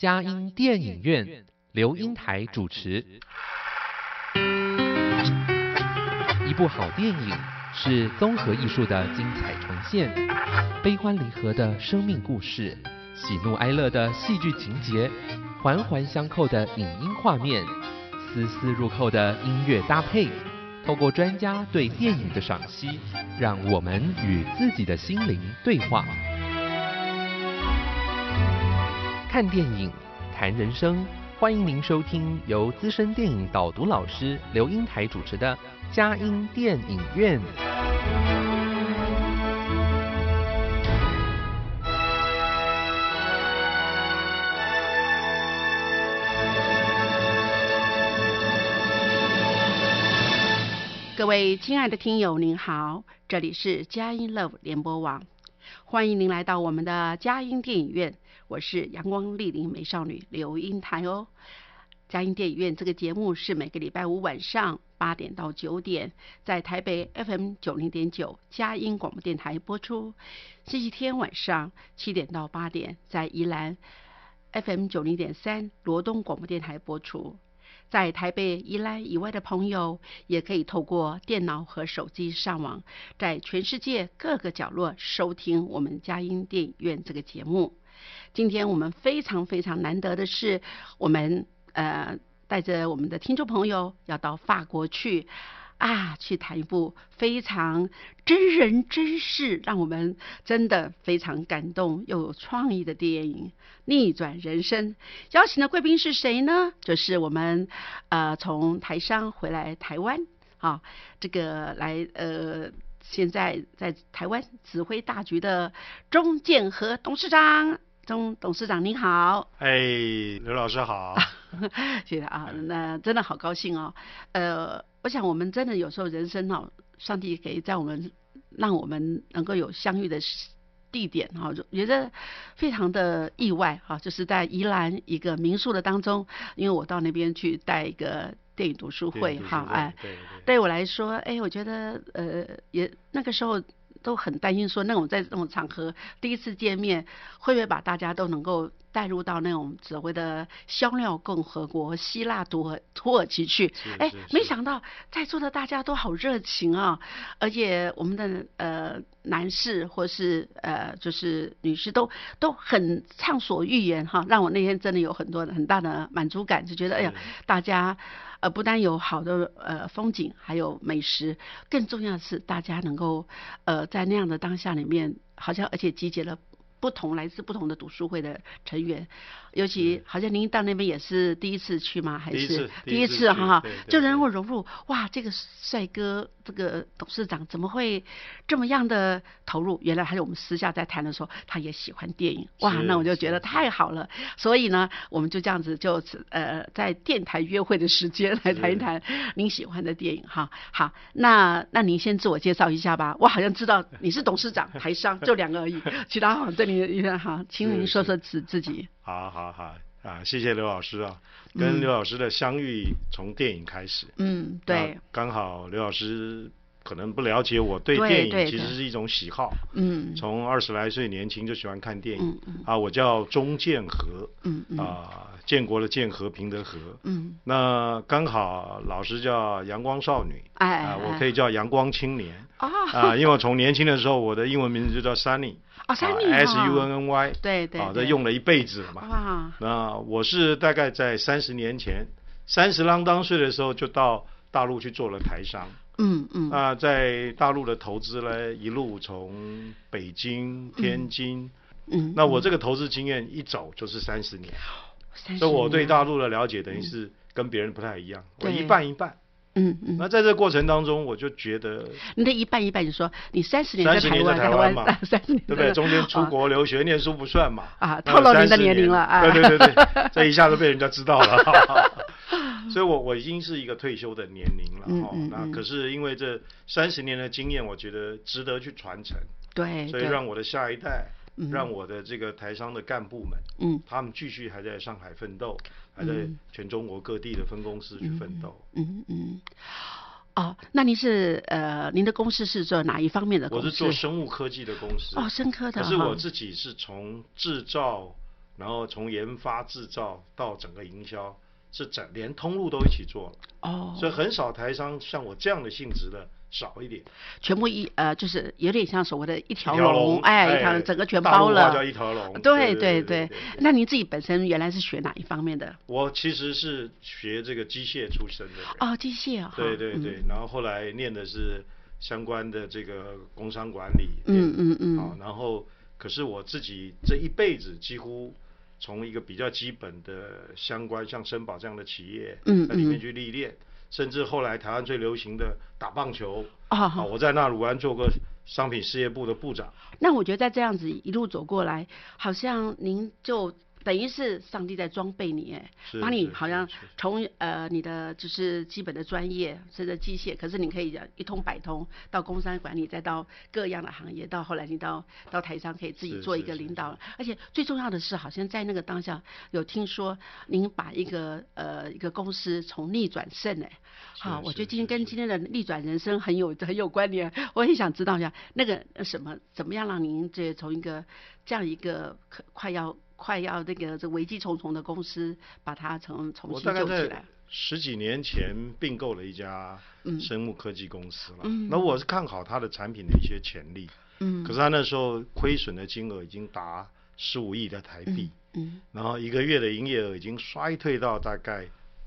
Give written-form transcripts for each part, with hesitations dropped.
佳音电影院，刘英台主持。一部好电影是综合艺术的精彩重现，悲欢离合的生命故事，喜怒哀乐的戏剧情节，环环相扣的影音画面，丝丝入扣的音乐搭配。透过专家对电影的赏析，让我们与自己的心灵对话。看电影，谈人生，欢迎您收听由资深电影导读老师刘英台主持的佳音电影院。 各位亲爱的听友您好，这里是佳音 Love 联播网，欢迎您来到我们的佳音电影院，我是阳光丽龄美少女刘英台哦。佳音电影院这个节目是每个礼拜五晚上8点到9点，在台北 FM 90.9佳音广播电台播出，星期天晚上7点到8点，在宜兰 FM 90.3罗东广播电台播出。在台北、宜兰以外的朋友，也可以透过电脑和手机上网，在全世界各个角落收听我们佳音电影院这个节目。今天我们非常非常难得的是，我们带着我们的听众朋友要到法国去谈一部非常真人真事，让我们真的非常感动又有创意的电影《逆转人生》。邀请的贵宾是谁呢？就是我们从台商回来台湾这个来现在在台湾指挥大局的钟建和董事长。钟董事长您好。 刘老师好。 谢谢那真的好高兴哦。我想我们真的有时候人生上帝可以在让我们能够有相遇的地点觉得非常的意外就是在宜兰一个民宿的当中，因为我到那边去带一个电影读书会对我来说我觉得也那个时候都很担心说在这种场合第一次见面会不会把大家都能够带入到那种所谓的香料共和国希腊土耳其去。没想到在座的大家都好热情而且我们的男士或是就是女士都很畅所欲言让我那天真的有很大的满足感，就觉得大家不但有好的风景还有美食，更重要的是大家能够在那样的当下里面，好像而且集结了来自不同的读书会的成员，尤其好像您到那边也是第一次去吗？还是第一次就能够融入这个帅哥这个董事长怎么会这么样的投入？原来还有我们私下在谈的时候，他也喜欢电影那我就觉得太好了。所以呢，我们就这样子就在电台约会的时间来谈一谈您喜欢的电影好，那您先自我介绍一下吧。我好像知道你是董事长、台商，就2个而已，其他好像对你请您说说自己。 好谢谢刘老师跟刘老师的相遇从电影开始。 对， 刚好刘老师可能不了解我对电影其实是一种喜好。从20来岁年轻就喜欢看电影。我叫钟建和。建国的建，和平的和。那刚好老师叫阳光少女。我可以叫阳光青年。因为我从年轻的时候我的英文名字就叫 Sunny。Sunny。SUNNY。 对。 这用了一辈子了嘛。那我是大概在30年前30啷当岁的时候就到大陆去做了台商。在大陆的投资呢，一路从北京、天津。那我这个投资经验一走就是30年。所以我对大陆的了解等于是跟别人不太一样，我一半一半。那在这个过程当中我就觉得你的一半一半，你说你30年在台湾嘛，30年对不对？中间出国留学念书不算嘛。 透露您的年龄了。 对，这一下子被人家知道了。所以我已经是一个退休的年龄了。那可是因为这30年的经验，我觉得值得去传承。 对， 所以让我的下一代，让我的这个台商的干部们，他们继续还在上海奋斗，还在全中国各地的分公司去奋斗。 那您是您的公司是做哪一方面的公司？ 我是做生物科技的公司。 生科的。 可是我自己是从制造然后从研发制造到整个营销，是连通路都一起做了。哦，所以很少台商像我这样的性质的少一点， 全部就是有点像所谓的一条龙，一条龙整个全包了， 叫一条龙。 对。那您自己本身原来是学哪一方面的？ 我其实是学这个机械出身的人。 哦，机械啊。 对，然后后来念的是相关的这个工商管理。然后可是我自己这一辈子几乎从一个比较基本的相关像申宝这样的企业，在里面去历练。甚至后来台湾最流行的打棒球，我在那鲁安做过商品事业部的部长。 那我觉得在这样子一路走过来，好像您就等于是上帝在装备你，把你好像从你的就是基本的专业，甚至机械，可是你可以一通百通，到工商管理，再到各样的行业，到后来你到台商可以自己做一个领导，而且最重要的是，好像在那个当下有听说您把一个公司从逆转胜，好，我觉得今天的逆转人生很有关联，我很想知道一下那个怎么样让您从这样一个快要这危机重重的公司，把它重新救起来。 我大概在10几年前并购了一家生物科技公司了。那我是看好它的产品的一些潜力。可是它那时候亏损的金额已经达15亿的台币。然后一个月的营业额已经衰退到大概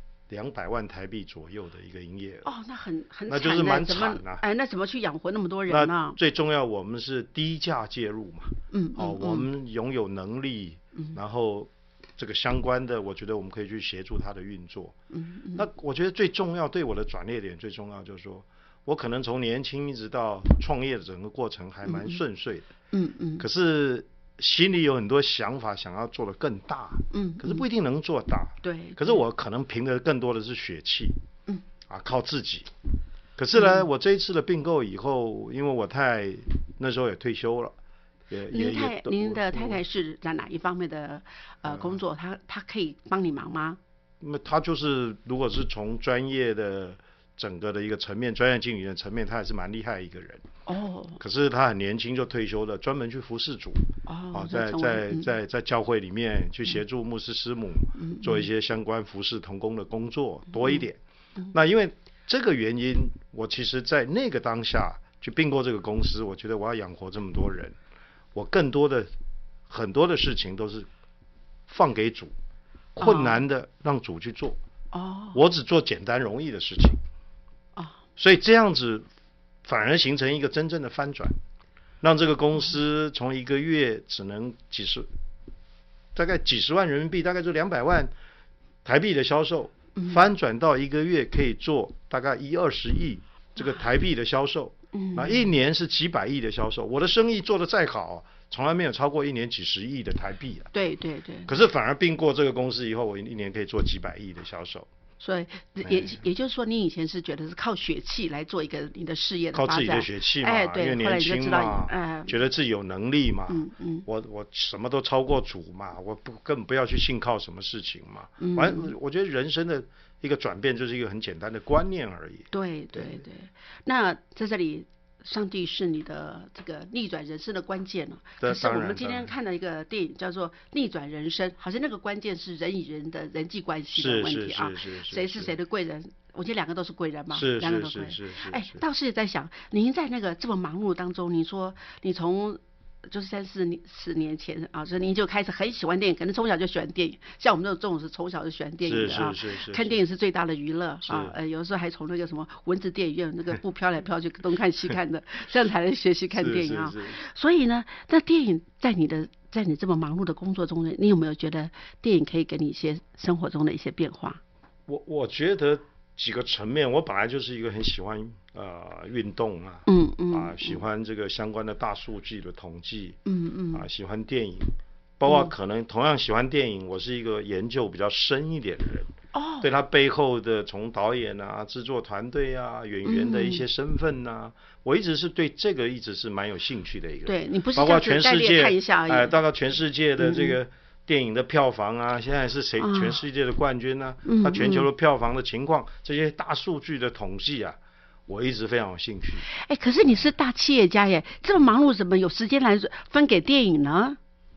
200万台币左右的一个营业额。 那很那就是蛮惨的。 那怎么去养活那么多人呢？ 那最重要，我们是低价介入嘛。我们拥有能力。然后这个相关的，我觉得我们可以去协助它的运作。那我觉得最重要，对我的转捩点最重要就是说，我可能从年轻一直到创业的整个过程还蛮顺遂的。可是心里有很多想法，想要做得更大。可是不一定能做大。 对。 可是我可能凭的更多的是血气。靠自己。可是呢，我这一次的并购以后，因为我太太那时候也退休了。 您的太太是在哪一方面的工作？她可以帮你忙吗？ 那她就是如果是从专业的整个的一个层面，专业经理的层面，她也是蛮厉害的一个人。可是她很年轻就退休了，专门去服侍主。在教会里面去协助牧师师母做一些相关服侍同工的工作多一点。那因为这个原因，我其实在那个当下去并购这个公司，我觉得我要养活这么多人。我很多的事情都是放给主，困难的让主去做。我只做简单容易的事情。所以这样子反而形成一个真正的翻转，让这个公司从一个月只能大概几十万人民币，大概就200万台币的销售，翻转到一个月可以做大概1-20亿这个台币的销售。那一年是几百亿的销售，我的生意做得再好，从来没有超过一年几十亿的台币。 对。 可是反而并过这个公司以后，我一年可以做几百亿的销售。 所以也就是说，你以前是觉得是靠血气来做一个你的事业的发展， 靠自己的血气嘛，因为年轻嘛，觉得自己有能力嘛。我什么都超过主嘛，我根本不要去信靠什么事情嘛。我觉得人生的一个转变就是一个很简单的观念而已。 对。那在这里，上帝是你的这个逆转人生的关键了。可是我们今天看了一个电影叫做《逆转人生》，好像那个关键是人与人的人际关系的问题啊。谁是谁的贵人？我觉得2个都是贵人嘛，两个都贵人。倒是在想，您在那个这么忙碌当中，你说你从就是3-4年前啊，所以您就开始很喜欢电影，可能从小就喜欢电影。像我们这种是从小就喜欢电影的啊，看电影是最大的娱乐啊。有的时候还从那个什么蚊子电影院那个布飘来飘去，东看西看的，这样才能学习看电影啊。所以呢，那电影在你这么忙碌的工作中，你有没有觉得电影可以给你一些生活中的一些变化？ 我觉得几个层面，我本来就是一个很喜欢运动啊，喜欢这个相关的大数据的统计，喜欢电影，包括可能同样喜欢电影，我是一个研究比较深一点的人，对他背后的从导演啊、制作团队啊、演员的一些身份啊，我一直是对这个一直是蛮有兴趣的一个人。 对，你不是包括全世界看一下而已， 大概全世界的这个电影的票房啊，现在是谁全世界的冠军啊？它全球的票房的情况，这些大数据的统计啊，我一直非常有兴趣。 可是你是大企业家耶，这么忙碌，怎么有时间来分给电影呢？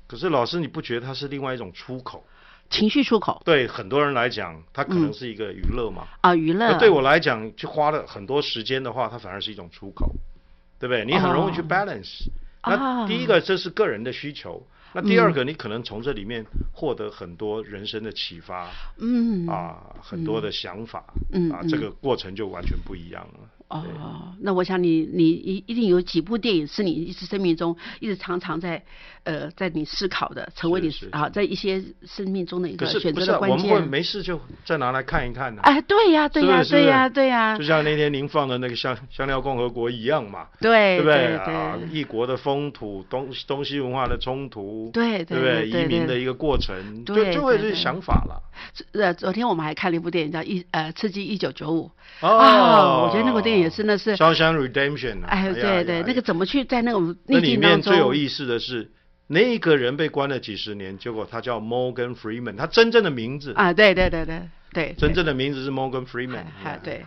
可是老师，你不觉得它是另外一种出口？ 情绪出口。 对很多人来讲，它可能是一个娱乐嘛。 娱乐。 对我来讲，就花了很多时间的话，它反而是一种出口，对不对？你很容易去 balance。那第一个，这是个人的需求。那第二个，你可能从这里面获得很多人生的启发，很多的想法，这个过程就完全不一样了。 那我想你一定有几部电影是你一直生命中一直常常在你思考的，成为你在一些生命中的一个选择的关键。 我们会没事就再拿来看一看呢。 对呀，对呀，对呀，对呀。 就像那天您放的那个香料共和国一样嘛， 对不对？异国的风土，东西文化的冲突， 对不对？移民的一个过程，就会是想法了。 昨天我们还看了一部电影叫《刺激1995》。我觉得那部电影也真的是 《Shawshank Redemption》。 对，那个怎么去在那种逆境当中？ 那里面最有意思的是，那个人被关了几十年，结果他叫 Morgan Freeman， 他真正的名字对， 真正的名字是 Morgan Freeman。 对。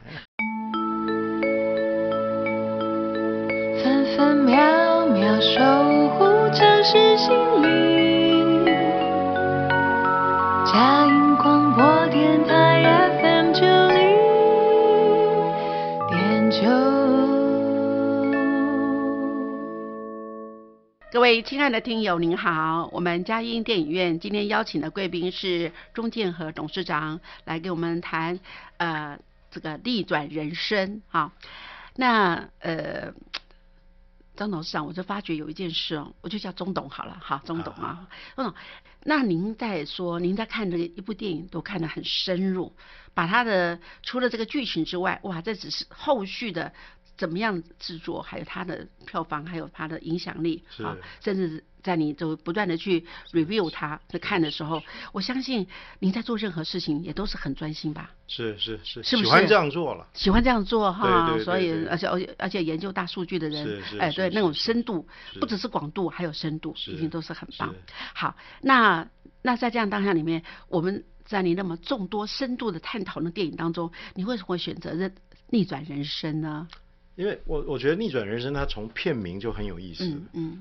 分分秒秒守护城市心灵，佳音广播电台 FM90.9。 各位亲爱的听友您好，我们佳音电影院今天邀请的贵宾是钟建和董事长，来给我们谈这个逆转人生。那张董事长，我就发觉有一件事我就叫钟董好了，钟董钟董，那您在看这一部电影都看得很深入，把它的除了这个剧情之外，哇，这只是后续的怎么样制作，还有它的票房，还有它的影响力，甚至在你就不断的去 review 它在看的时候，我相信您在做任何事情也都是很专心吧？ 是不是喜欢这样做了？ 喜欢这样做对， 所以而且研究大数据的人，对那种深度，不只是广度，还有深度，一定都是很棒。好，那在这样当下里面，我们在你那么众多深度的探讨的电影当中，你为什么会选择逆转人生呢？ 因为我觉得逆转人生它从片名就很有意思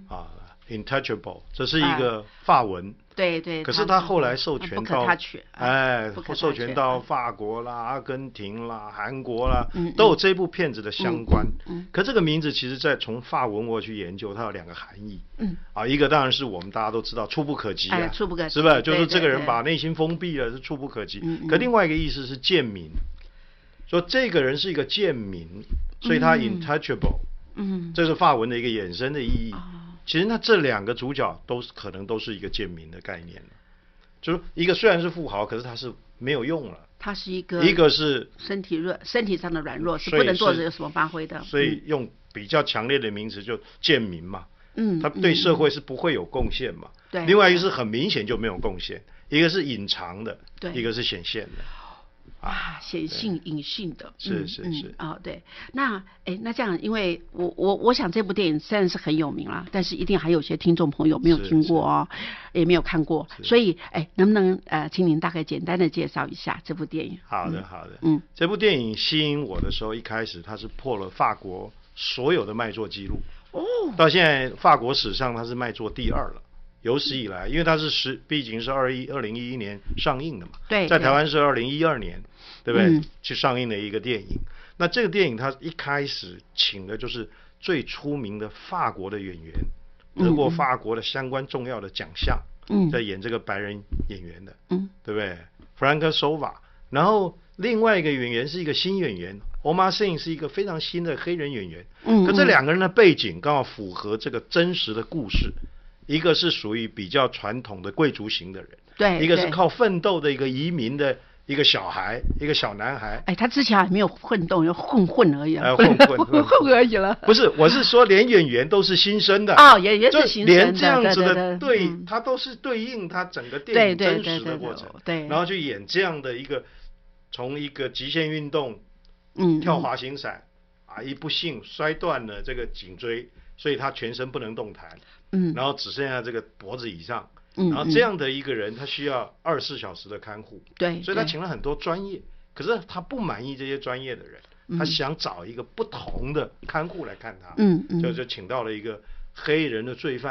，Intouchable， 这是一个法文， 对， 可是他后来授权到授权到法国啦、阿根廷啦、韩国啦，都有这部片子的相关。可这个名字其实在从法文我去研究，它有两个含义。一个当然是我们大家都知道触不可及啊， 触不可及， 是不是？就是这个人把内心封闭了，是触不可及。可另外一个意思是贱民，说这个人是一个贱民。所以它 intouchable，这是法文的一个衍生的意义。其实那这两个主角可能都是一个贱民的概念，就是一个虽然是富豪，可是他是没有用了。 他是一个是身体上的软弱，是不能做有什么发挥的。 所以用比较强烈的名词就贱民嘛。他对社会是不会有贡献嘛。 对。 另外一个是很明显就没有贡献，一个是隐藏的，一个是显现的。 显性隐性的， 是对，那这样，因为我想这部电影虽然是很有名啦，但是一定还有些听众朋友没有听过也没有看过，所以能不能请您大概简单的介绍一下这部电影？ 好的，这部电影吸引我的时候，一开始它是破了法国所有的卖座记录，到现在法国史上它是卖座第2了。有史以来，因为它毕竟是2011年上映的嘛， 对， 在台湾是2012年，对不对？去上映的一个电影。那这个电影它一开始请的就是最出名的法国的演员，得过法国的相关重要的奖项，在演这个白人演员的，对不对 ？Frank Sova， 然后另外一个演员是一个新演员 ，Omar Sy 是一个非常新的黑人演员，可这两个人的背景刚好符合这个真实的故事。一个是属于比较传统的贵族型的人， 对， 一个是靠奋斗的一个移民的一个小孩，一个小男孩。 他之前还没有奋斗，就混而已了， 混而已了。 不是，我是说连演员都是新生的演员是新生的， 连这样子的他都是对应他整个电影真实的过程， 对， 然后去演这样的一个从一个极限运动，跳滑行伞一不幸摔断了这个颈椎，所以他全身不能动弹。然后只剩下这个脖子以上，然后这样的一个人，他需要24小时的看护， 对， 所以他请了很多专业，可是他不满意这些专业的人，他想找一个不同的看护来看他，就请到了一个黑人的罪犯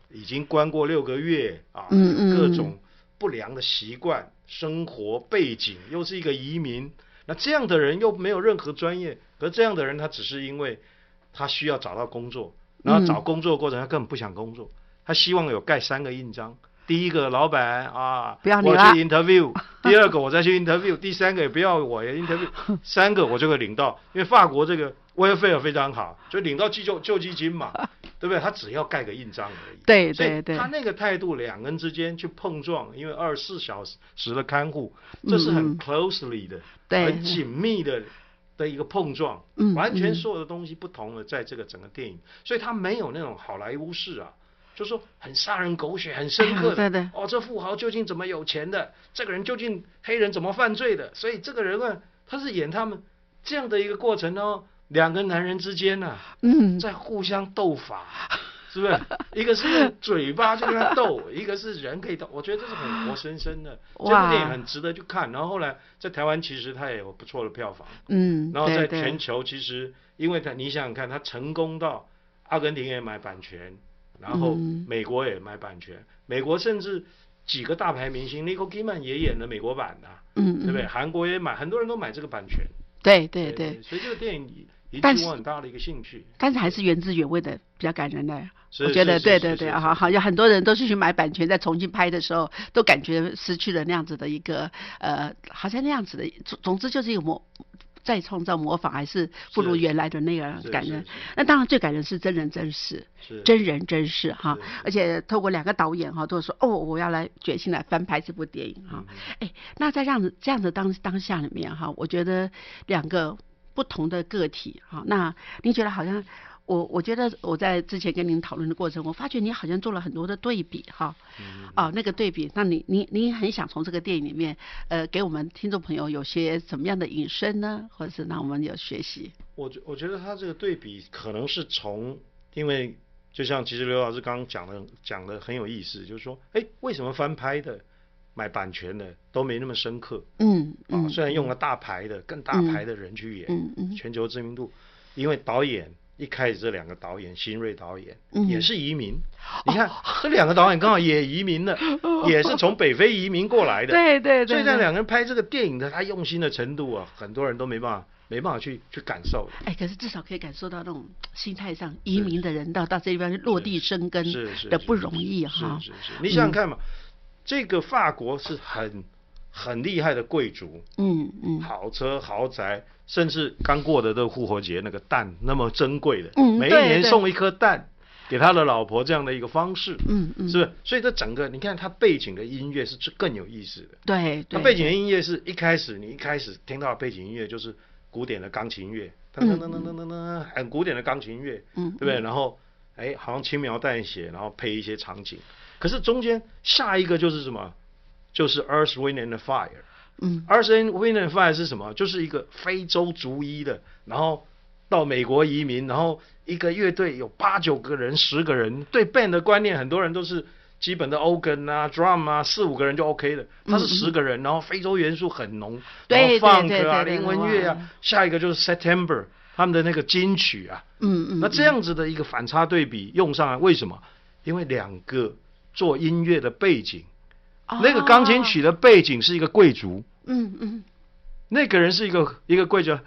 已经关过6个月啊，各种不良的习惯、生活背景，又是一个移民，那这样的人又没有任何专业，可这样的人他只是因为他需要找到工作，然后找工作的过程他根本不想工作，他希望有盖3个印章。第一个，老板啊， 不要你我去 interview； 第二个，我再去 interview； 第三个也不要我也 interview，3个我就会领到，因为法国这个 welfare 非常好，就领到救济金嘛，对不对？他只要盖个印章而已。 对对对， 他那个态度，两个人之间去碰撞，因为24小时的看护，这是很 closely 的，很紧密的一个碰撞，完全所有的东西不同的在这个整个电影，所以他没有那种好莱坞式啊。就是说很杀人狗血很深刻的， 对对， 这富豪究竟怎么有钱的，这个人究竟黑人怎么犯罪的，所以这个人啊，他是演他们这样的一个过程哦，两个男人之间啊，在互相斗法，是不是？一个是用嘴巴就跟他斗，一个是人可以斗，我觉得这是很活生生的，这部电影很值得去看。然后后来在台湾其实它也有不错的票房，然后在全球其实因为你想想看，他成功到阿根廷也买版权。然后美国也买版权，美国甚至几个大牌明星 Nicole Kidman 也演了美国版的，对不对？韩国也买，很多人都买这个版权。 对， 所以这个电影引起我很大的一个兴趣。 但是还是原汁原味的比较感人的，我觉得对，好像很多人都是去买版权，在重新拍的时候都感觉失去了那样子的一个好像那样子的，总之就是一个再创造模仿还是不如原来的那样感人。那当然最感人是真人真事，真人真事哈，而且透过2个导演哈都说我要来决心来翻拍这部电影哈。那在这样的当下里面哈，我觉得2个不同的个体哈，那您觉得好像我觉得我在之前跟您讨论的过程，我发觉你好像做了很多的对比哈，那个对比，那你很想从这个电影里面给我们听众朋友有些什么样的引申呢，或者是让我们有学习？ 我觉得他这个对比可能是因为就像其实刘老师刚刚讲的很有意思，就是说为什么翻拍的买版权的都没那么深刻？虽然用了更大牌的人去演，全球知名度，因为导演。一开始这2个导演，新锐导演也是移民，你看这2个导演刚好也移民了，也是从北非移民过来的，对，所以这2个人拍这个电影的他用心的程度啊，很多人都没办法去感受。 可是至少可以感受到那种心态上移民的人到这地方落地生根的不容易哈。 是，你想想看嘛，这个法国是很厉害的贵族，豪车豪宅。甚至刚过的这个复活节那个蛋那么珍贵的，每一年送1颗蛋给他的老婆这样的一个方式，是不是？所以这整个你看他背景的音乐是更有意思的。 对， 他背景的音乐是你一开始听到的背景音乐就是古典的钢琴乐，很古典的钢琴乐，对不对？然后好像轻描淡写，然后配一些场景。可是中间下一个就是什么？就是 Earth, Wind and Fire。Earth, Wind and Fire 是什么？就是一个非洲族裔的，然后到美国移民，然后一个乐队有8、9个人、10个人，对 band 的观念，很多人都是基本的 organ 啊、drum 啊，4、5个人就 OK 的。他是10个人，然后非洲元素很浓，然后 funk 啊、灵魂乐啊。下一个就是 September 他们的那个金曲啊，那这样子的一个反差对比用上来，为什么？因为2个做音乐的背景。那个钢琴曲的背景是一个贵族，那个人是一个贵族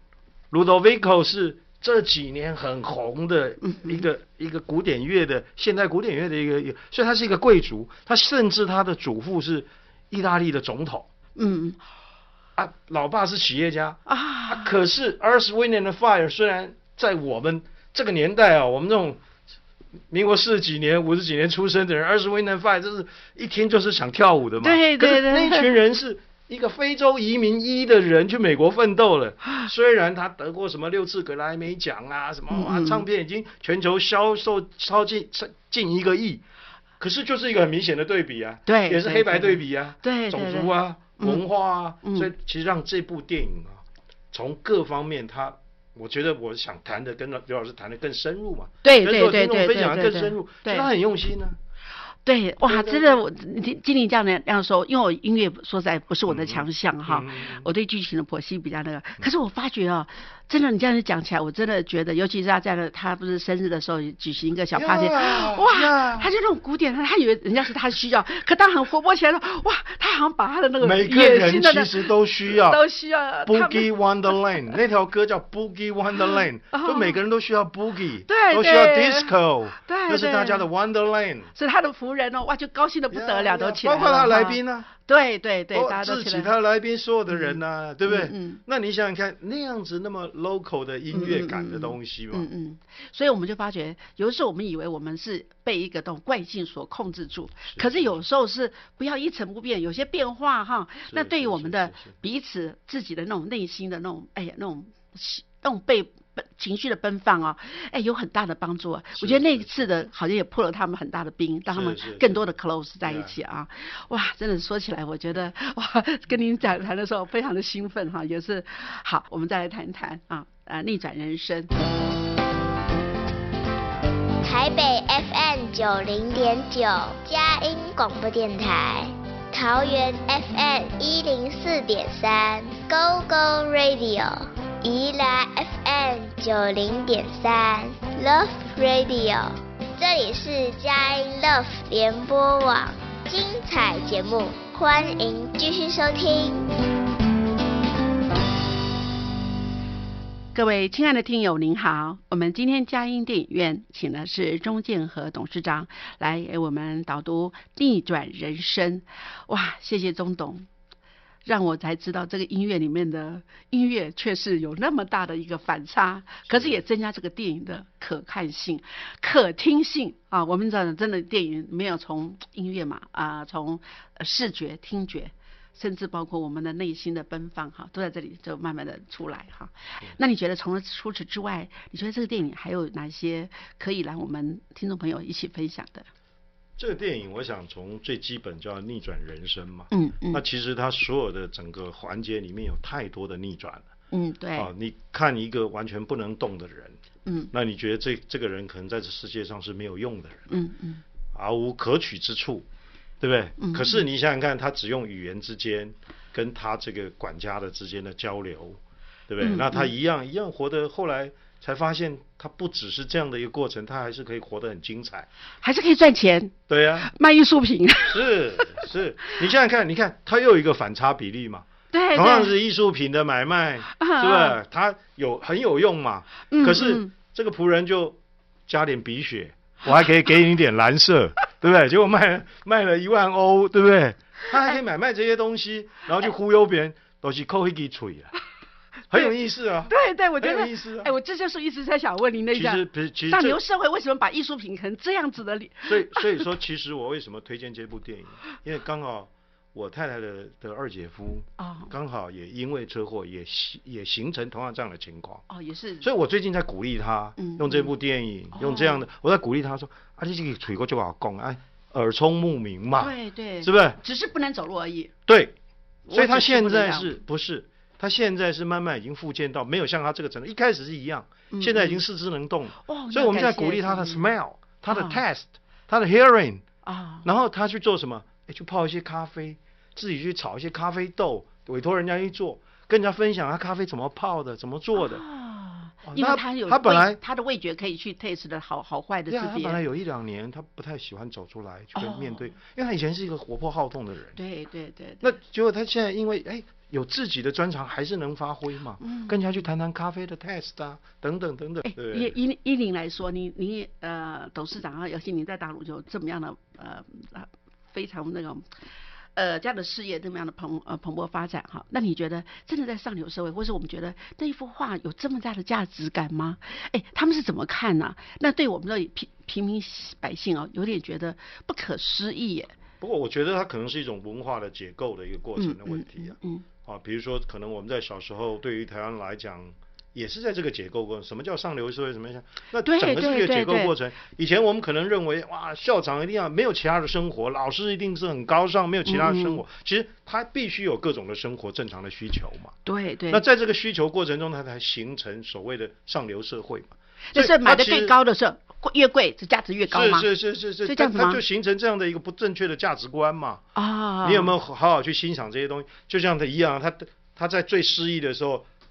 ，Ludovico 是这几年很红的一个古典乐的现代古典乐的一个，所以他是一个贵族，他甚至他的祖父是意大利的总统，老爸是企业家可是 Earth, Wind and Fire 虽然在我们这个年代我们这种。民国40几年、50几年出生的人，Earth, Wind and Fire 就是一听就是想跳舞的嘛。 对。 可是那群人是一个非洲移民的人去美国奋斗了，虽然他得过什么6次格莱美奖啊，什么唱片已经全球销售近1个亿，可是就是一个很明显的对比啊。 对， 也是黑白对比啊。 对， 种族啊，文化啊，所以其实让这部电影从各方面我觉得我想谈的跟刘老师谈的更深入嘛， 对， 分享的更深入，所以他很用心呢。 对，哇，真的，我经理这样说，因为我音乐说实在不是我的强项哈，我对剧情的剖析比较那个，可是我发觉真的，你这样子讲起来，我真的觉得，尤其是他这样的，他不是生日的时候举行一个小 party， 哇，他就那种古典，他以为人家是他需要，可当很活泼起来的时候，哇，他好像把他的那个每个人其实都需要 Boogie Wonderland 那条歌叫 Boogie Wonderland， 就每个人都需要 Boogie， 都需要 Disco， 那是大家的 Wonderland， 是他的仆人哦，哇，就高兴的不得了，都起来了， 包括他来宾呢。 对，大家都自己他来宾所有的人啊，对不对？那你想想看，那样子那么 local 的音乐感的东西嘛， 所以我们就发觉，有的时候我们以为我们是被一个这种惯性所控制住，可是有时候是不要一成不变，有些变化哈。那对于我们的彼此自己的那种内心的那种，那种被情绪的奔放啊，有很大的帮助啊。我觉得那一次的好像也破了他们很大的冰，让他们更多的 close 在一起啊。哇，真的说起来，我觉得哇，跟您讲谈的时候非常的兴奋哈，也是好。我们再来谈一谈逆转人生。 台北 FM 90.9佳音广播电台，桃园 FM 104.3 Go Go Radio。宜兰 FM 90.3 Love Radio， 这里是佳音 Love 联播网，精彩节目，欢迎继续收听。 各位亲爱的听友您好，我们今天佳音电影院请的是钟建和董事长来给我们导读逆转人生。哇，谢谢钟董，让我才知道这个音乐里面的音乐确实有那么大的一个反差，可是也增加这个电影的可看性、可听性啊。我们讲真的电影没有从音乐嘛从视觉、听觉，甚至包括我们的内心的奔放哈，都在这里就慢慢的出来哈。那你觉得除此之外，你觉得这个电影还有哪些可以让我们听众朋友一起分享的？ 这个电影我想从最基本叫逆转人生嘛，那其实它所有的整个环节里面有太多的逆转了， 对， 你看一个完全不能动的人，那你觉得这个人可能在这世界上是没有用的人，毫无可取之处，对不对？可是你想想看，他只用语言之间跟他这个管家的之间的交流，对不对？那他一样活得，后来才发现他不只是这样的一个过程，他还是可以活得很精彩，还是可以赚钱。 对啊， 卖艺术品。 是，你想想看，你看他又有一个反差比例嘛， 对， 同样是艺术品的买卖，是吧？他很有用嘛，可是这个仆人就加点鼻血，我还可以给你一点蓝色，对不对？结果卖了1万欧，对不对？他还可以买卖这些东西，然后去忽悠别人，都是扣一支嘴啊。很有意思啊！ 对，我觉得很有意思啊！ 我这就是一直在想问您那个，其实上流社会为什么把艺术品成这样子的？ 所以说，其实我为什么推荐这部电影？因为刚好我太太的二姐夫刚好也因为车祸也形成同样这样的情况也是。 所以我最近在鼓励他用这部电影，用这样的，我在鼓励他说你这个嘴过就好讲耳聪目明嘛， 对， 是不是？ 只是不能走路而已。 对，所以他现在不是？他现在是慢慢已经复健到没有像他这个程度，一开始是一样，现在已经四肢能动，所以我们在鼓励他的 smell， 他的 taste， 他的 hearing，然后他去做什么？去泡一些咖啡，自己去炒一些咖啡豆，委托人家去做，跟人家分享他咖啡怎么泡的，怎么做的。 因为他本来他的味觉可以去 taste 的好坏的识别。 他本来有1-2年他不太喜欢走出来去跟面对，因为他以前是一个活泼好动的人。 对。 那结果他现在因为有自己的专长，还是能发挥嘛，跟人家去谈谈咖啡的 test 等等。 依您来说，您董事长尤其您在大陆就这么样的非常那种。这样的事业这么样的蓬勃发展哈，那你觉得真的在上流社会，或是我们觉得那一幅画有这么大的价值感吗？他们是怎么看呢？那对我们的平民百姓有点觉得不可思议耶。 不过我觉得它可能是一种文化的解构的一个过程的问题比如说可能我们在小时候对于台湾来讲。也是在这个解构过程，什么叫上流社会？什么叫那整个是一个解构过程。以前我们可能认为，校长一定要没有其他的生活，老师一定是很高尚，没有其他的生活。其实他必须有各种的生活正常的需求嘛。 对。 那在这个需求过程中，他才形成所谓的上流社会嘛。 就是买的最高的时候，越贵，这价值越高吗？ 是，是这样子吗？它就形成这样的一个不正确的价值观嘛。你有没有好好去欣赏这些东西？就像他一样，他在最失意的时候。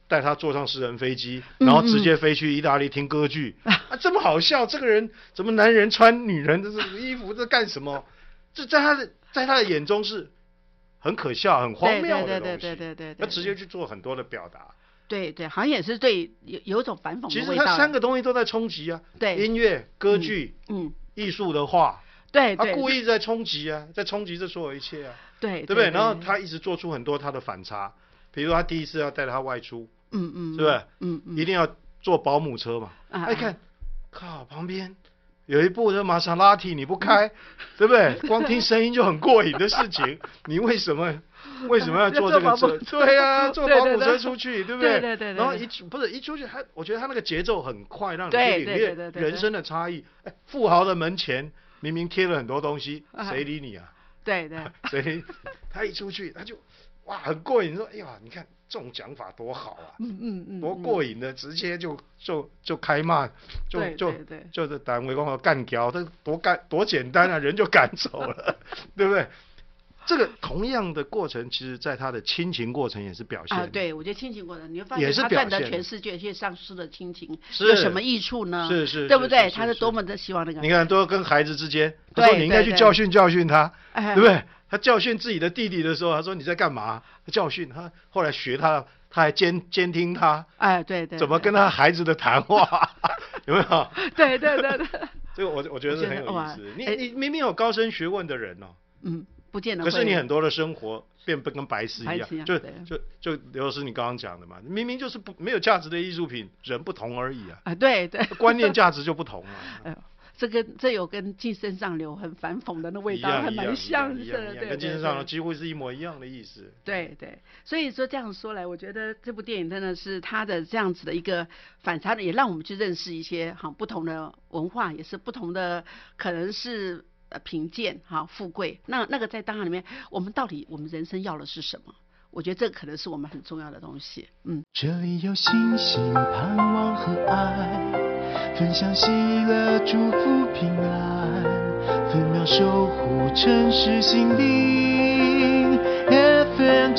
带他坐上私人飞机，然后直接飞去意大利听歌剧，这么好笑，这个人怎么男人穿女人的这个衣服，这干什么？这在他的眼中是很可笑、很荒谬的东西。对，他直接去做很多的表达。 对，好像也是对有一种反讽的味道。 其实他3个东西都在冲击啊，对，音乐、歌剧、艺术的话， 对， 他故意在冲击啊，在冲击这所有一切啊，对不对？然后他一直做出很多他的反差，比如他第一次要带他外出，是不是？一定要坐保姆车嘛，看，靠，旁边有一部的玛莎拉蒂你不开，对不对？光听声音就很过瘾的事情，你为什么要坐这个车？对啊，坐保姆车出去，对不对？对。然后一出去，我觉得他那个节奏很快，让你去领略人生的差异。富豪的门前明明贴了很多东西，谁理你啊？对，谁？他一出去，他就哇很过瘾，说哎呀，你看这种讲法多好啊，多过瘾的，直接就开骂，就是单位讲干掉，这多简单啊，人就赶走了，对不对？这个同样的过程，其实在他的亲情过程也是表现对，我觉得亲情过程，你会发现他赚得全世界却丧失了亲情，有什么益处呢？是，对不对？他是多么的希望那个。 你看，都跟孩子之间，他说你应该去教训他，对不对？他教训自己的弟弟的时候，他说你在干嘛？教训他，后来学他还监听他， 对， 怎么跟他孩子的谈话，有没有？ 对。 这个我觉得是很有意思。你明明有高深学问的人哦， 不见得。 可是你很多的生活变跟白痴一样，就刘老师你刚刚讲的嘛，明明就是没有价值的艺术品，人不同而已啊。 对， 观念价值就不同了。 这有跟寄生上流很反讽的那味道还蛮像的，对， 跟寄生上流几乎是一模一样的意思。 对，所以说这样说来，我觉得这部电影真的是它的这样子的一个反差，也让我们去认识一些不同的文化，也是不同的可能是贫贱富贵，那个在当下里面，我们到底我们人生要的是什么？我觉得这可能是我们很重要的东西。 这里有星星、盼望和爱，分享喜乐、祝福、平安，分秒守护城市心灵。FM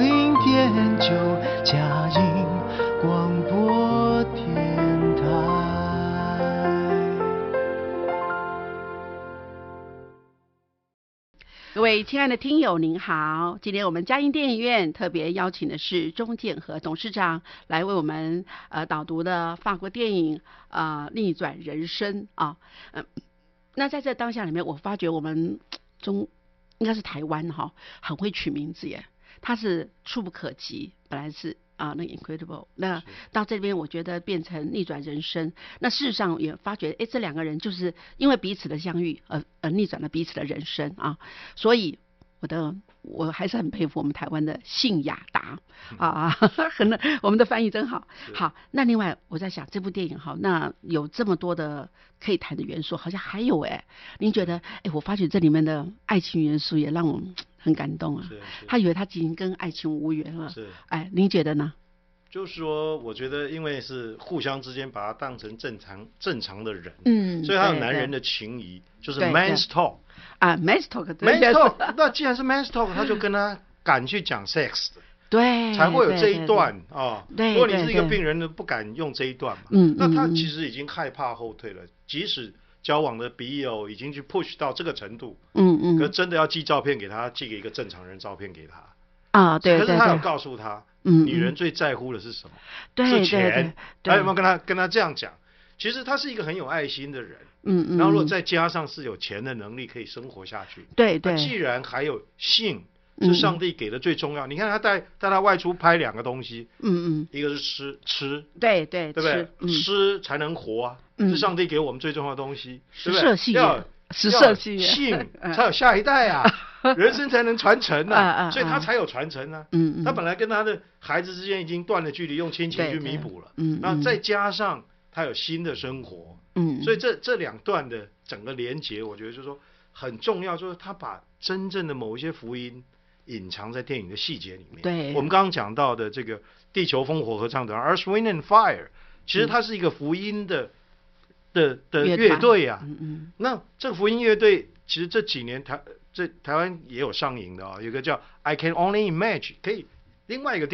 90.9佳音广播电台。 各位亲爱的听友您好，今天我们佳音电影院特别邀请的是钟建和董事长来为我们导读的法国电影逆转人生啊。那在这当下里面，我发觉我们应该是台湾很会取名字耶，它是触不可及，本来是那 Incredible， 那到这边我觉得变成逆转人生。那事实上也发觉，这2个人就是因为彼此的相遇而逆转了彼此的人生啊。所以我还是很佩服我们台湾的信雅达我们的翻译真好。好，那另外我在想这部电影那有这么多的可以谈的元素，好像还有您觉得我发觉这里面的爱情元素也让我很感动啊。他以为他已经跟爱情无缘了，您觉得呢？ 就是说，我觉得因为是互相之间把他当成正常的人，所以他有男人的情谊，就是 man's talk man's talk， 那既然是 man's talk， 他就跟他敢去讲 sex， 对， 才会有这一段啊。如果你是一个病人，不敢用这一段嘛，那他其实已经害怕后退了，即使交往的笔友已经去 push 到这个程度，可是真的要寄照片给他，寄给一个正常人照片给他对， 可是他有告诉他，女人最在乎的是什么？是钱。他有没有跟他这样讲？其实他是一个很有爱心的人，然后如果再加上是有钱的能力，可以生活下去。对，既然还有性是上帝给的最重要，你看他带他外出拍2个东西，一个是吃，对不对？吃才能活啊，是上帝给我们最重要的东西，对不对？要性才有下一代啊。人生才能传承啊，所以他才有传承啊。他本来跟他的孩子之间已经断了距离，用亲情去弥补了。然后再加上他有新的生活，所以这2段的整个连结，我觉得就是说很重要，就是他把真正的某一些福音隐藏在电影的细节里面。对，我们刚刚讲到的这个地球烽火合唱团 Earth Wind and Fire， 其实它是一个福音的乐队啊。那这个福音乐队其实这几年台湾也有上映的有个叫 I Can Only Imagine， 可以另外一个电影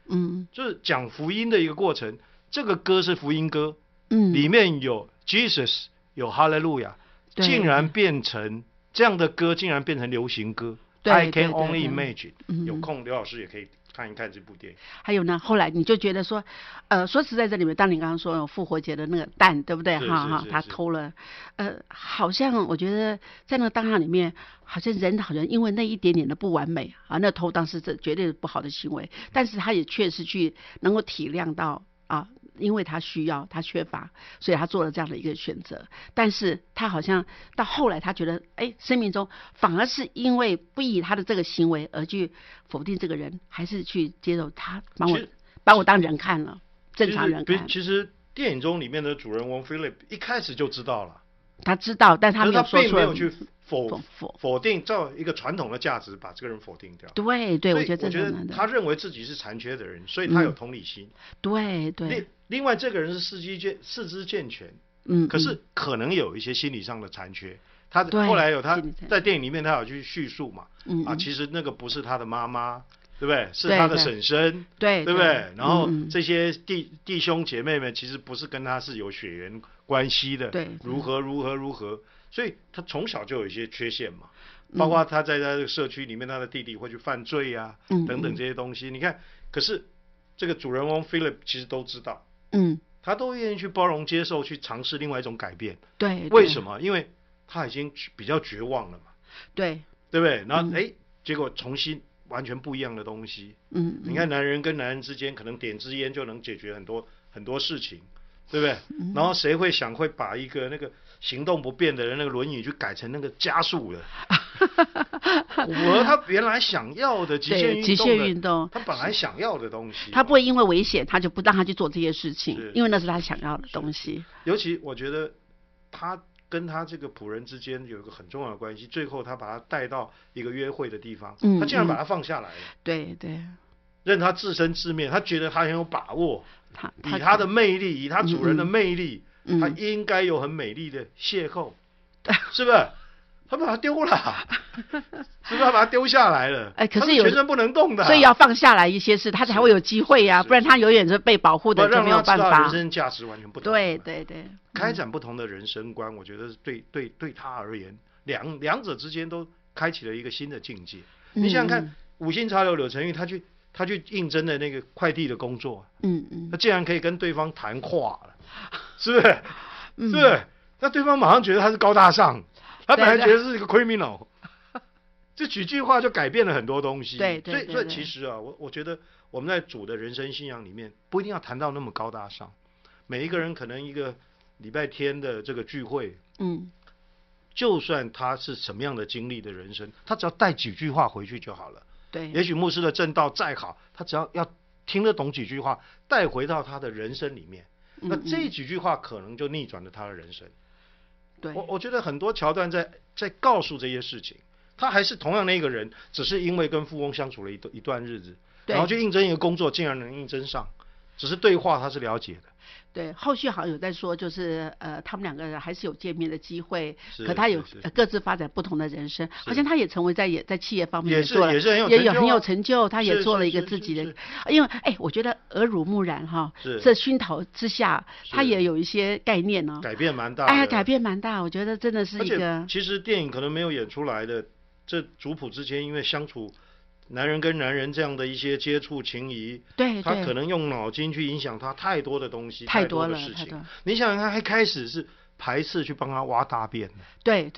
就是讲福音的一个过程。这个歌是福音歌，里面有 Jesus 有 Hallelujah， 竟然变成这样的歌，竟然变成流行歌。I can only imagine。有空刘老师也可以看一看这部电影。 还有呢，后来你就觉得说，说实在这里面，当你刚刚说有复活节的那个蛋，对不对？他偷了，好像我觉得在那个当下里面，好像因为那一点点的不完美啊，那偷当时这绝对是不好的行为，但是他也确实去能够体谅到啊。因为他需要，他缺乏，所以他做了这样的一个选择。但是他好像到后来，他觉得，生命中反而是因为不以他的这个行为而去否定这个人，还是去接受他，把我当人看了，正常人看。 其实电影中里面的主人翁 Philip 一开始就知道了， 他知道，但他没有说出来， 并没有去否定，照一个传统的价值把这个人否定掉。 对，我觉得他认为自己是残缺的人，所以他有同理心。 对。 另外，这个人是四肢健全，可是可能有一些心理上的残缺。他后来他在电影里面他有去叙述嘛，其实那个不是他的妈妈，对不对？是他的婶婶，对不对？然后这些弟兄姐妹们其实不是跟他是有血缘关系的，如何，所以他从小就有一些缺陷嘛，包括他在这个社区里面，他的弟弟会去犯罪啊，等等这些东西。你看，可是这个主人翁 Philip 其实都知道。他都愿意去包容接受，去尝试另外一种改变。对，为什么？因为他已经比较绝望了嘛。对不对？然后结果重新完全不一样的东西。你看男人跟男人之间可能点支烟就能解决很多事情，对不对？然后谁会想会把一个那个行动不便的人那个轮椅去改成那个加速的？符合他原来想要的极限运动，他本来想要的东西， 他不会因为危险他就不让他去做这些事情，因为那是他想要的东西。 尤其我觉得他跟他这个仆人之间有一个很重要的关系，最后他把他带到一个约会的地方，他竟然把他放下来了。对，任他自生自灭，他觉得他很有把握，以他的魅力，以他主人的魅力，他应该有很美丽的邂逅，是不是？他把他丢了，是不是？他把他丢下来了。可是全身不能动的， 所以要放下来一些事，他才会有机会呀，不然他永远是被保护的，就没有办法。 人生价值完全不同。 对， 开展不同的人生观，我觉得对他而言，两者之间都开启了一个新的境界。你想想看，五星茶楼柳成玉，他去应征的那个快递的工作，他竟然可以跟对方谈话了，是不是？是不是？那对方马上觉得他是高大上。他本来觉得是一个 criminal， 这几句话就改变了很多东西。所以其实啊，我觉得我们在主的人生信仰里面，不一定要谈到那么高大上。每一个人可能一个礼拜天的这个聚会，就算他是什么样的经历的人生，他只要带几句话回去就好了。也许牧师的正道再好，他只要听得懂几句话，带回到他的人生里面，那这几句话可能就逆转了他的人生。我觉得很多桥段在告诉这些事情，他还是同样的一个人，只是因为跟富翁相处了一段日子，然后去应征一个工作，竟然能应征上，只是对话他是了解的。 对，后续好像有在说，就是他们两个人还是有见面的机会，可他有各自发展不同的人生，好像他也成为在企业方面也很有成就，他也做了一个自己的，因为我觉得耳濡目染哈，这熏陶之下，他也有一些概念呢， 改变蛮大， 改变蛮大，我觉得真的是一个。 其实电影可能没有演出来的，这族谱之间因为相处。男人跟男人这样的一些接触情谊，他可能用脑筋去影响他太多的东西，太多的事情。你想想看，他一开始是排斥去帮他挖大便的， 对，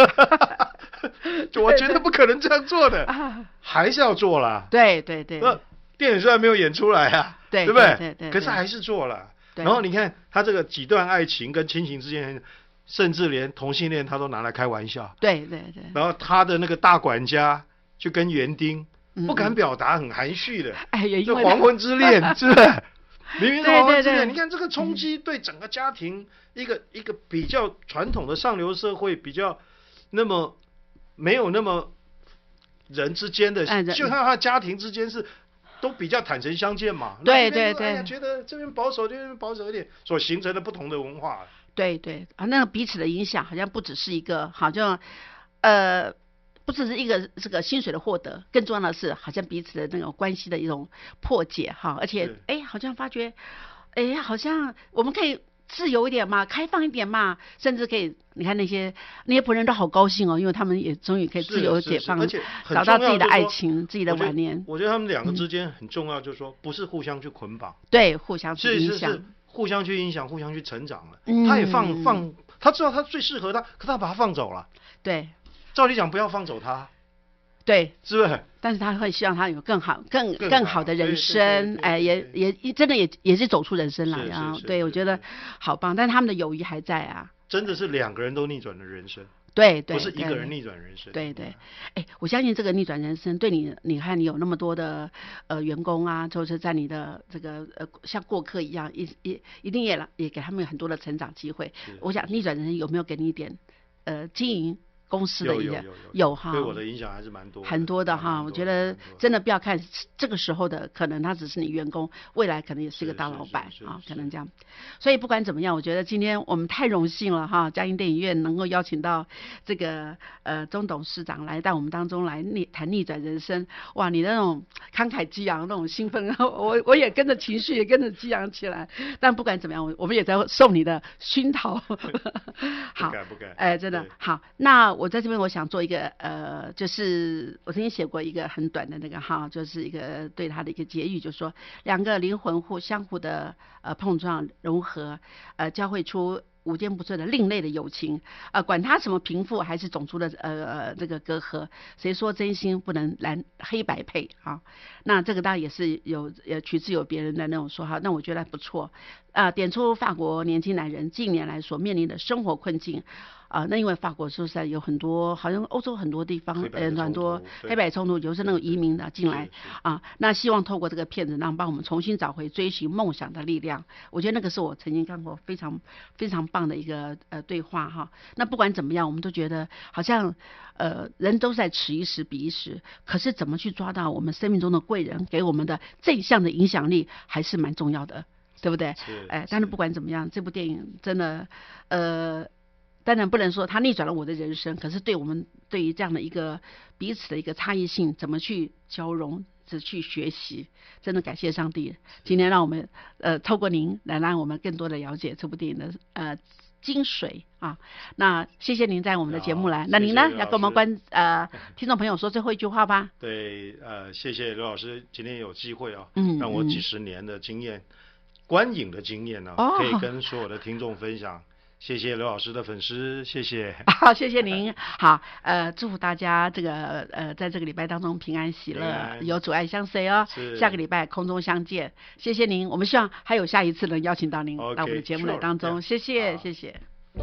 我觉得不可能这样做的，还是要做啦。 对。 那电影虽然没有演出来啊，对不对？可是还是做了。然后你看他这个几段爱情跟亲情之间，甚至连同性恋他都拿来开玩笑。 对。 然后他的那个大管家去跟园丁。不敢表达，很含蓄的，这黄昏之恋，是不是？明明是黄昏之恋，你看这个冲击对整个家庭，一个比较传统的上流社会，比较那么没有那么人之间的，就像他家庭之间是都比较坦诚相见嘛。 对， 觉得这边保守，这边保守一点，所形成的不同的文化。 对，那个彼此的影响好像不只是一个，好像不只是一个这个薪水的获得，更重要的是好像彼此的那种关系的一种破解哈，而且好像发觉好像我们可以自由一点嘛，开放一点嘛，甚至可以，你看那些仆人都好高兴哦，因为他们也终于可以自由解放， 而且找到自己的爱情，自己的晚年。 我觉得他们两个之间很重要，就是说不是互相去捆绑， 对，互相去影响， 是互相去影响，互相去成长了。他也放，他知道他最适合他，可他把他放走了。 对， 照理讲不要放走他。 对， 是不是？ 但是他会希望他有更好的人生，也真的也是走出人生来啊。对，我觉得好棒，但是他们的友谊还在啊。 真的是两个人都逆转了人生。 对， 不是一个人逆转人生。 对，我相信这个逆转人生对你看你有那么多的员工啊，就是在你的这个像过客一样，一定也给他们很多的成长机会。我想逆转人生有没有给你一点经营公司的有哈， 对我的影响还是蛮多很多的哈。我觉得真的不要看这个时候的，可能他只是你员工，未来可能也是一个大老板啊，可能这样。所以不管怎么样，我觉得今天我们太荣幸了哈，嘉音电影院能够邀请到这个钟董事长来到我们当中来谈逆转人生。哇，你那种慷慨激昂，那种兴奋，我也跟着情绪也跟着激昂起来。但不管怎么样，我们也在受你的熏陶。好， 不敢， 真的好。那我在这边我想做一个就是我曾经写过一个很短的那个哈，就是一个对他的一个结语，就是说两个灵魂相互的碰撞融合，交汇出无坚不摧的另类的友情，管他什么贫富还是种族的这个隔阂，谁说真心不能黑白配啊？那这个当然也是取自有别人的那种说法，那我觉得不错，点出法国年轻男人近年来所面临的生活困境。那因为法国说实在有很多，好像欧洲很多地方很多黑白冲突，就是那种移民的进来啊。那希望透过这个片子，帮我们重新找回追寻梦想的力量。我觉得那个是我曾经看过非常非常棒的一个对话哈。那不管怎么样，我们都觉得好像人都在此一时彼一时，可是怎么去抓到我们生命中的贵人给我们的正向的影响力，还是蛮重要的，对不对？但是不管怎么样，这部电影真的当然不能说它逆转了我的人生，可是对我们对于这样的一个彼此的一个差异性，怎么去交融，去学习，真的感谢上帝，今天让我们透过您来让我们更多的了解这部电影的精髓啊。那谢谢您在我们的节目来，那您呢要跟我们听众朋友说最后一句话吧。 对，谢谢刘老师，今天有机会让我几十年的经验，观影的经验可以跟所有的听众分享。谢谢刘老师的粉丝，谢谢。 好，谢谢您。好，祝福大家这个在这个礼拜当中平安喜乐，有阻碍相随哦。下个礼拜空中相见，谢谢您。我们希望还有下一次能邀请到您到我们的节目来当中，谢谢，谢谢。